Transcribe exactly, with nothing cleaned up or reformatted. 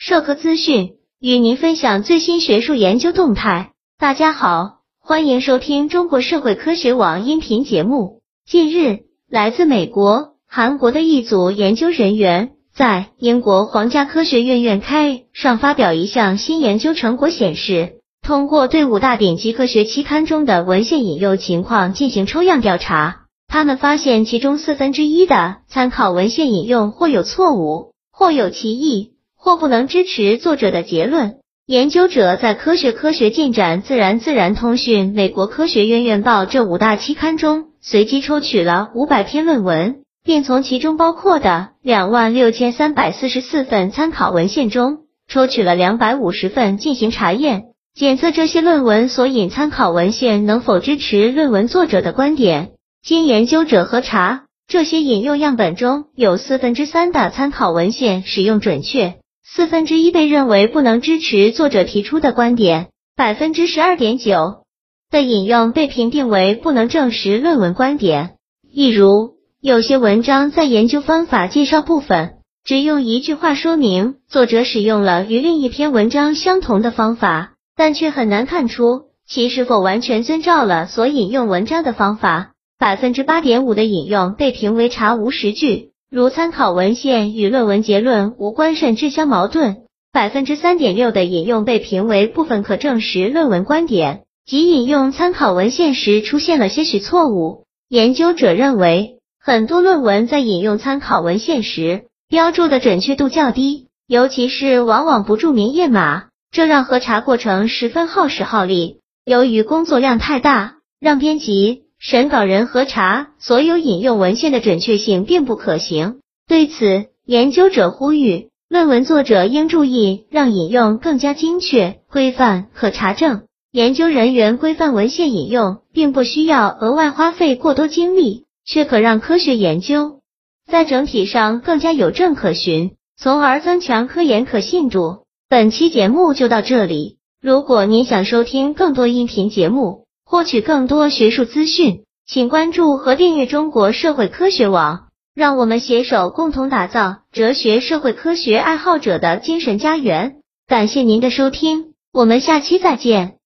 社科资讯，与您分享最新学术研究动态。大家好，欢迎收听中国社会科学网音频节目。近日，来自美国、韩国的一组研究人员在英国皇家科学院院刊上发表一项新研究成果，显示，通过对五大顶级科学期刊中的文献引用情况进行抽样调查，他们发现其中四分之一的参考文献引用或有错误，或有歧义，或不能支持作者的结论。研究者在科学科学进展、自然自然通讯、美国科学院院报这五大期刊中随机抽取了五百篇论文，并从其中包括的 两万六千三百四十四 份参考文献中抽取了两百五十份进行查验，检测这些论文所引参考文献能否支持论文作者的观点。经研究者核查，这些引用样本中有四分之三的参考文献使用准确，四分之一被认为不能支持作者提出的观点， 百分之十二点九 的引用被评定为不能证实论文观点。例如，有些文章在研究方法介绍部分只用一句话说明作者使用了与另一篇文章相同的方法，但却很难看出其是否完全遵照了所引用文章的方法。 百分之八点五 的引用被评为查无实据，如参考文献与论文结论无关甚至相矛盾。 百分之三点六 的引用被评为部分可证实论文观点，即引用参考文献时出现了些许错误。研究者认为，很多论文在引用参考文献时标注的准确度较低，尤其是往往不注明页码，这让核查过程十分耗时耗力。由于工作量太大，让编辑、审稿人核查所有引用文献的准确性并不可行。对此，研究者呼吁，论文作者应注意让引用更加精确、规范、可查证。研究人员规范文献引用，并不需要额外花费过多精力，却可让科学研究在整体上更加有证可循，从而增强科研可信度。本期节目就到这里，如果您想收听更多音频节目，获取更多学术资讯，请关注和订阅中国社会科学网，让我们携手共同打造哲学社会科学爱好者的精神家园。感谢您的收听，我们下期再见。